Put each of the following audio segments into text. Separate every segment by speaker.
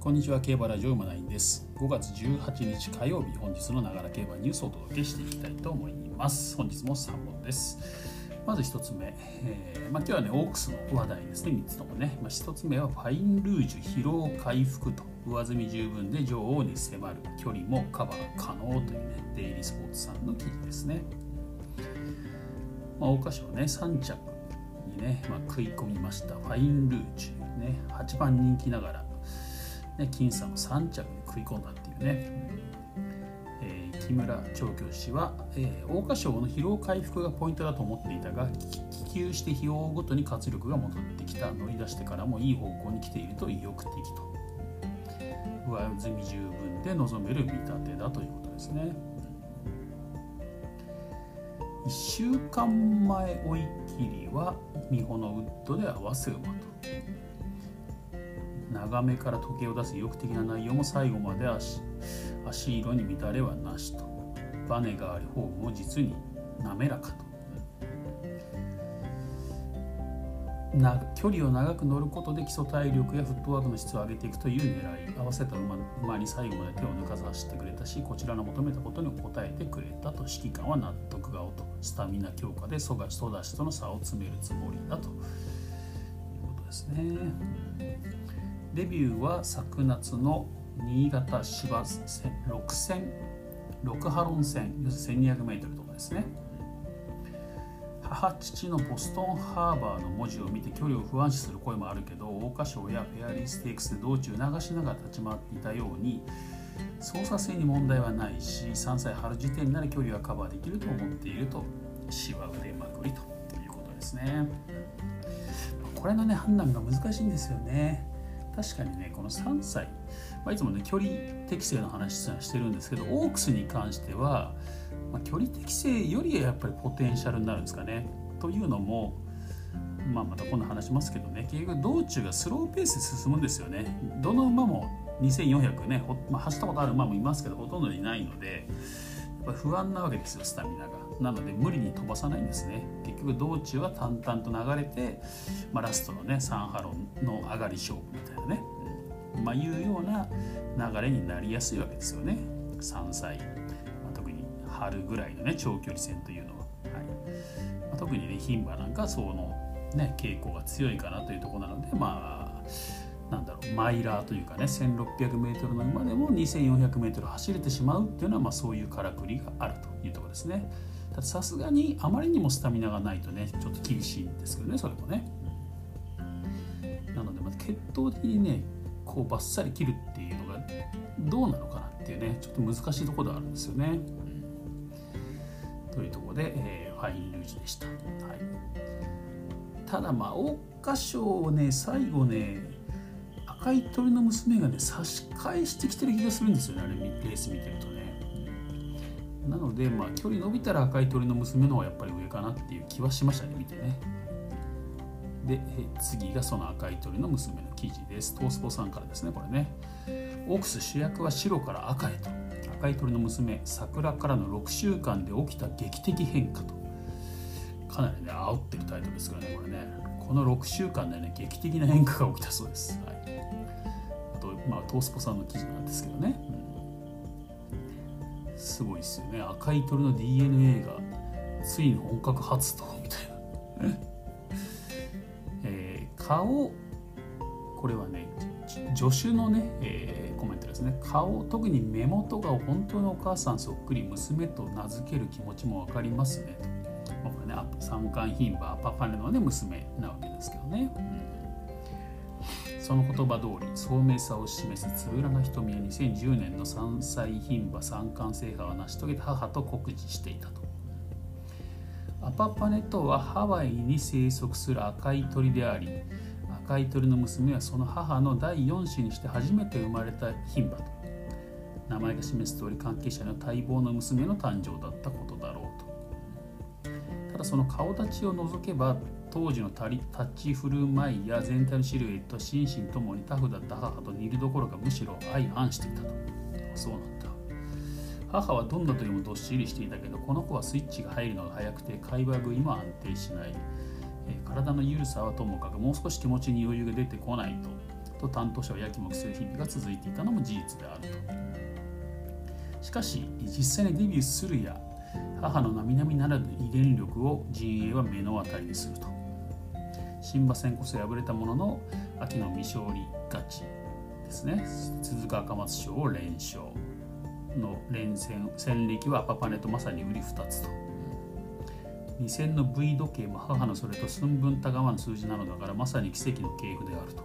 Speaker 1: こんにちは。競馬ラジオ馬9です。5月18日火曜日、本日のながら競馬ニュースをお届けしていきたいと思います。本日も3本です。まず1つ目、今日はねオークスの話題ですね。3つともね、1つ目はファインルージュ疲労回復と上積み十分で女王に迫る、距離もカバー可能というね、デイリースポーツさんの記事ですね。桜花賞ね3着にね、食い込みましたファインルージュね、8番人気ながら僅差の3着に食い込んだっていうね、木村調教師は、桜花賞の疲労回復がポイントだと思っていたが、帰球して日を追うごとに活力が戻ってきた、乗り出してからもいい方向に来ていると意欲的と、上積み十分で臨める見立てだということですね。1週間前追い切りは美穂のウッドで合わせ馬と、長めから時計を出す意欲的な内容も最後まで足色に乱れはなしと、バネがありフォームも実に滑らかと、距離を長く乗ることで基礎体力やフットワークの質を上げていくという狙い、合わせた馬に最後まで手を抜かず走ってくれたし、こちらの求めたことに応えてくれたと、指揮官は納得顔と、スタミナ強化でソダシとの差を詰めるつもりだということですね。デビューは昨夏の新潟芝6ハロン戦、要するに 1200m とかですね。母父のボストンハーバーの文字を見て距離を不安視する声もあるけど、桜花賞やフェアリーステークスで道中流しながら立ち回っていたように操作性に問題はないし、3歳春時点なら距離はカバーできると思っていると、シワ腕まくりということですね。これのね判断が難しいんですよね。確かにね、この3歳、いつもね距離適正の話してるんですけど、オークスに関しては、距離適正よりはやっぱりポテンシャルになるんですかね。というのも、また今度話しますけどね、結局道中がスローペースで進むんですよね。どの馬も2400ね、走ったことある馬もいますけど、ほとんどいないのでやっぱり不安なわけですよ、スタミナが。なので無理に飛ばさないんですね。結局道中は淡々と流れて、ラストのね3ハロンの上がり勝負みたいなね、いうような流れになりやすいわけですよね。3歳、特に春ぐらいのね長距離戦というのは、特にね牝馬なんかそのね傾向が強いかなというところなので、マイラーというかね 1600m の馬でも 2400m 走れてしまうっていうのは、そういうからくりがあるというところですね。たださすがにあまりにもスタミナがないとねちょっと厳しいんですけどね、それもね。なので決闘的にねこうバッサリ切るっていうのがどうなのかなっていうね、ちょっと難しいところではあるんですよね。というところで、ファインルージュでした。ただ桜花賞をね最後ね赤い鳥の娘がね差し返してきてる気がするんですよね、あれレース見てるとね。なので距離伸びたら赤い鳥の娘の方がやっぱり上かなっていう気はしましたね、見てね。で次がその赤い鳥の娘の記事です。トースポさんからですね、これね。オークス主役は白から赤へと、赤い鳥の娘、桜からの6週間で起きた劇的変化と、かなりね煽ってるタイトルですからね、これね。この6週間でね劇的な変化が起きたそうです。あとトースポさんの記事なんですけどね、すごいですよね。赤い鳥の DNA がついに本格発動みたいな顔、これはね助手のね、コメントですね。顔、特に目元が本当にお母さんそっくり、娘と名付ける気持ちも分かりますねと。これね三冠牝馬アパパネのね娘なわけですけどね、その言葉通り聡明さを示すつぶらな瞳は2010年の3歳牝馬三冠制覇を成し遂げた母と酷似していたと。アパパネとはハワイに生息する赤い鳥であり、赤い鳥の娘はその母の第4子にして初めて生まれた牝馬と、名前が示す通り関係者の待望の娘の誕生だったことだろうと。ただその顔立ちを除けば当時の立ち振る舞いや全体のシルエットは心身ともにタフだった母と似るどころかむしろ相反していたと。そうなんだ。母はどんな鳥もどっしりしていたけど、この子はスイッチが入るのが早くて会話食いも安定しない。体の緩さはともかくもう少し気持ちに余裕が出てこないとと担当者をやきもきする日々が続いていたのも事実であると。しかし実際にデビューするや母の並々ならぬ遺伝力を陣営は目の当たりにすると。新馬戦こそ敗れたものの秋の未勝利勝ちですね。続く赤松賞を連勝の戦歴はアパパネとまさに売り二つと。2000の V 時計も母のそれと寸分たがわぬ数字なのだからまさに奇跡の系譜であると。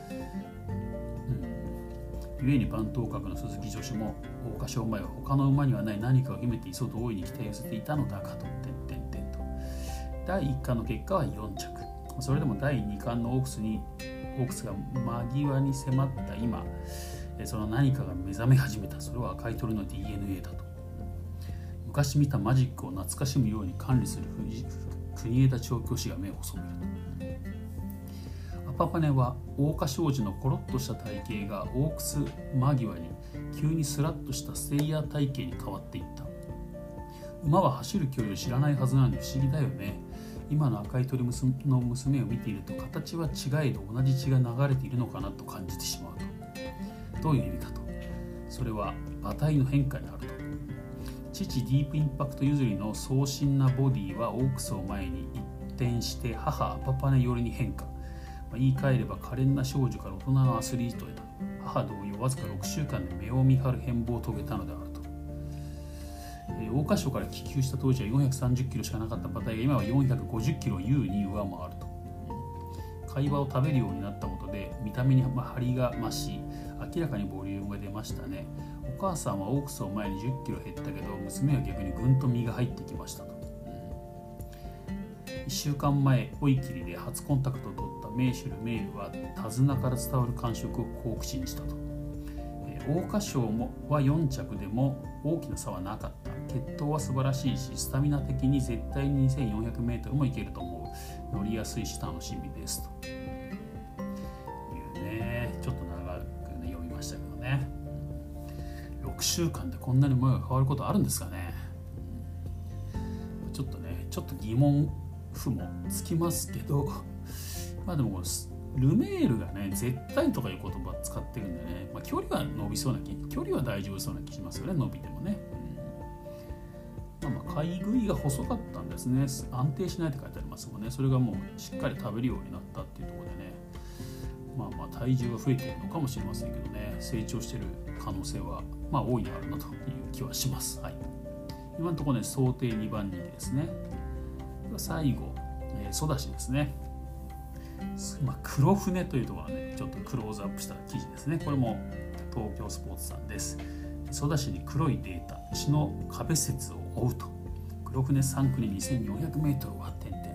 Speaker 1: 故に番頭格の鈴木助手も桜花賞前は他の馬にはない何かを秘めていそうと大いに期待を寄せていたのだかと。第1巻の結果は4着。それでも第2巻のオークスが間際に迫った今、その何かが目覚め始めた。それは赤い鳥の DNA だと。昔見たマジックを懐かしむように管理する国枝調教師が目を細めると。アパパネは桜花賞時のコロッとした体型がオークス間際に急にスラッとしたステイヤー体型に変わっていった。馬は走る距離を知らないはずなのに不思議だよね。今の赤い鳥の娘を見ていると形は違えど同じ血が流れているのかなと感じてしまうと。どういう意味かと。それは馬体の変化にあると。父ディープインパクト譲りの壮身なボディはオークスを前に一転して母アパパネ寄りに変化。言い換えれば可憐な少女から大人のアスリートへと。母同様わずか6週間で目を見張る変貌を遂げたのであると。桜花賞から帰厩した当時は430キロしかなかった馬体が今は450キロ優に上回ると。会話を食べるようになったことで見た目に張りが増し明らかにボリュームが出ましたね。お母さんはオークスを前に10キロ減ったけど娘は逆にぐんと身が入ってきましたと。1週間前追い切りで初コンタクトを取ったメーシュル・メールは手綱から伝わる感触をこう口にしたと。桜花賞は4着でも大きな差はなかった。血統は素晴らしいしスタミナ的に絶対に 2400m もいけると思う。乗りやすいし楽しみですというね。ちょっと長く、ね、読みましたけどね。6週間でこんなに模様が変わることあるんですかね。ちょっと疑問符もつきますけど、でもルメールがね絶対とかいう言葉を使ってるんでね、距離は伸びそうな距離は大丈夫そうな気しますよね。伸びてもね、買い食いが細かったんですね。安定しないって書いてありますもんね。それがもうしっかり食べるようになったっていうところでね、体重が増えているのかもしれませんけどね、成長している可能性は大いにあるなという気はします。はい、今のところね想定2番人気ですね。最後ソダシですね。黒船というところはねちょっとクローズアップした記事ですね。これも東京スポーツさんです。ソダシに黒いデータ血の壁説を追うと。黒船3区に 2400m は点と。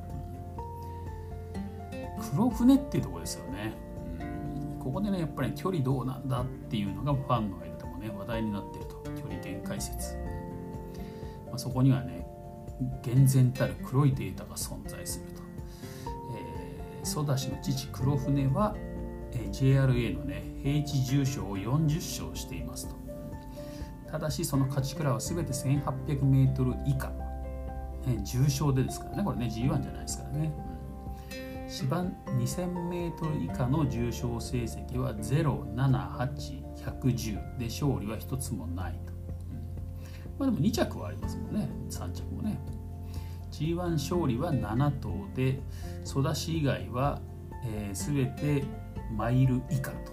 Speaker 1: 黒船っていうところですよね。ここでねやっぱり距離どうなんだっていうのがファンの間でもね話題になっていると。距離限界説、そこにはね厳然たる黒いデータが存在すると。ソダシの父黒船は、JRA のね平地重賞を40勝していますと。ただしその勝ち倉は全て 1800m 以下、重賞でですからね。これね G1 じゃないですからね。芝 2000m 以下の重賞成績は0、7、8、110で勝利は一つもないと。でも2着はありますもんね。3着もね。G1 勝利は7頭でソダシ以外は、全てマイル以下と、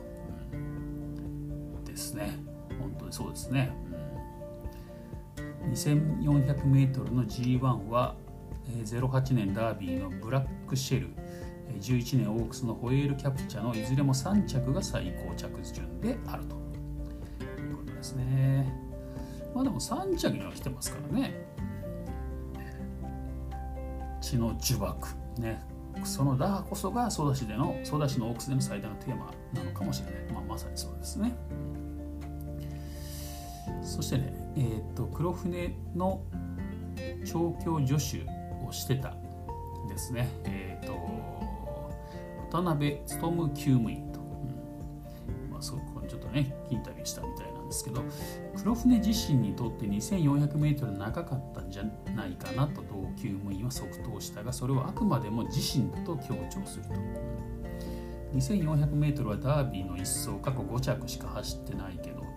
Speaker 1: ですね。本当にそうですね。2400m の G1 は、08年ダービーのブラックシェル、11年オークスのホエールキャプチャのいずれも3着が最高着順であるということですね。でも3着には来てますからね。血の呪縛ね。その打破こそがソダシのオークスでの最大のテーマなのかもしれない。まさにそうですね。そしてね、黒船の調教助手をしてたですね。渡辺勉厩務員と、そこにちょっとねインタビューしたみたいなんですけど、黒船自身にとって 2400m 長かったんじゃないかなと同厩務員は即答したが、それはあくまでも自身だと強調すると。 2400m はダービーの1走過去5着しか走ってないけど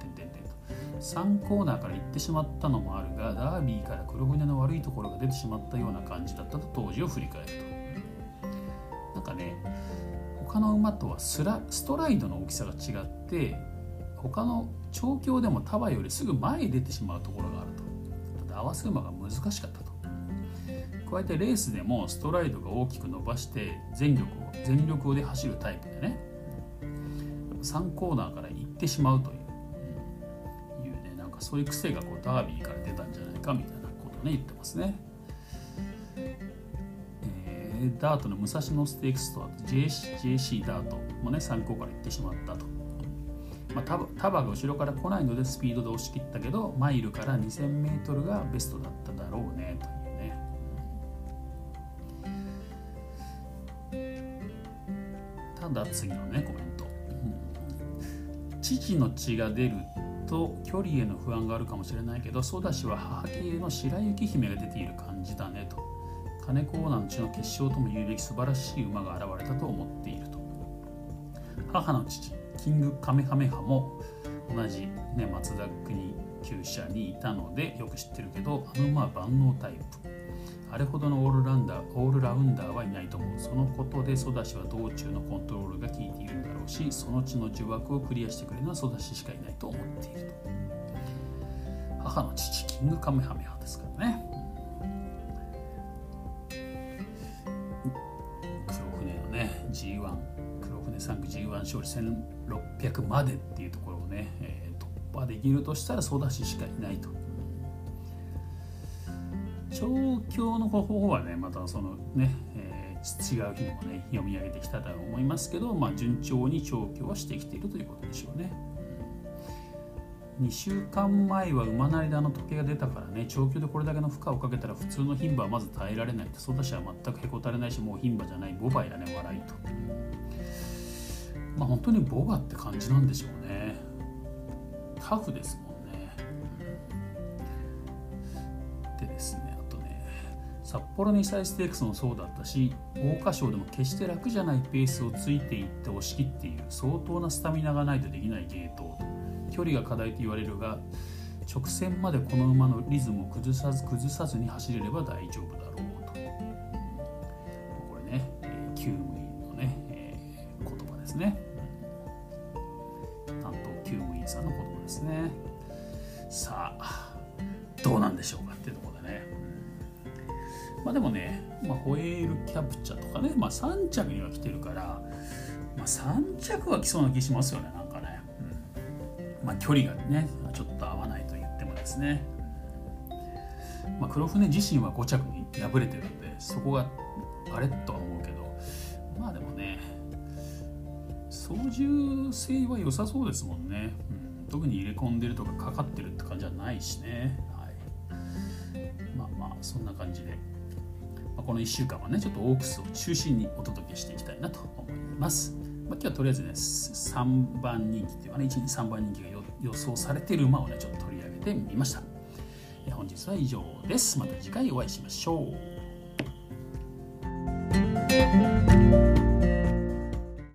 Speaker 1: 3コーナーから行ってしまったのもあるが、ダービーから黒船の悪いところが出てしまったような感じだったと当時を振り返ると。なんかね、他の馬とはストライドの大きさが違って、他の調教でもタバよりすぐ前に出てしまうところがあると。合わせ馬が難しかったと。加えてレースでもストライドが大きく伸ばして全力で走るタイプでね、3コーナーから行ってしまうという、なんかそういう癖がダービーから出たんじゃないかみたいなことをね言ってますね。ダートの武蔵野ステークスとJC ダートもね3校から行ってしまったと。タバが後ろから来ないのでスピードで押し切ったけど、マイルから 2000m がベストだっただろうねというね。ただ次のねコメント、父の血が出ると距離への不安があるかもしれないけど、ソダシは母系の白雪姫が出ている感じだねと。金子オーナーの血の結晶とも言うべき素晴らしい馬が現れたと思っていると。母の父キングカメハメハも同じ、松田国厩舎にいたのでよく知ってるけど、あの馬は万能タイプ。あれほどのオールラウンダーはいないと思う。そのことでソダシは道中のコントロールが効いているんだろうし、その血の呪縛をクリアしてくれるのはソダシしかいないと思っていると。母の父キングカメハメハですからね。黒船のね G1 黒船3区 G1 勝利1600までっていうところをね、突破できるとしたらソダシしかいないと。調教の方法はねまたそのね、違う日にもね読み上げてきたと思いますけど、順調に調教はしてきているということでしょうね。2週間前は馬なりで時計が出たからね、調教でこれだけの負荷をかけたら普通の牝馬はまず耐えられないって、ソダシは全くへこたれないし、もう牝馬じゃないボバやね笑いと。本当にボバって感じなんでしょうね。タフですもんね。でですね、札幌2歳ステークスもそうだったし、桜花賞でも決して楽じゃないペースをついていって押し切っている。相当なスタミナがないとできないゲート。距離が課題と言われるが、直線までこの馬のリズムを崩さずに走れれば大丈夫だろうと。これね、厩務員のね、言葉ですね。担当厩務員さんの言葉ですね。さあどうなんでしょうかっていうところでね。でもね、ホエールキャプチャとかね、3着には来てるから、3着は来そうな気しますよね、なんかね。距離がね、ちょっと合わないと言ってもですね。黒船自身は5着に敗れてるんで、そこがあれとは思うけど、でもね、操縦性は良さそうですもんね。特に入れ込んでるとかかかってるって感じじゃないしね。そんな感じで。この1週間はねちょっとオークスを中心にお届けしていきたいなと思います。今日はとりあえずね3番人気っていうかね1、2、3番人気が予想されている馬をねちょっと取り上げてみました。本日は以上です。また次回お会いしましょう。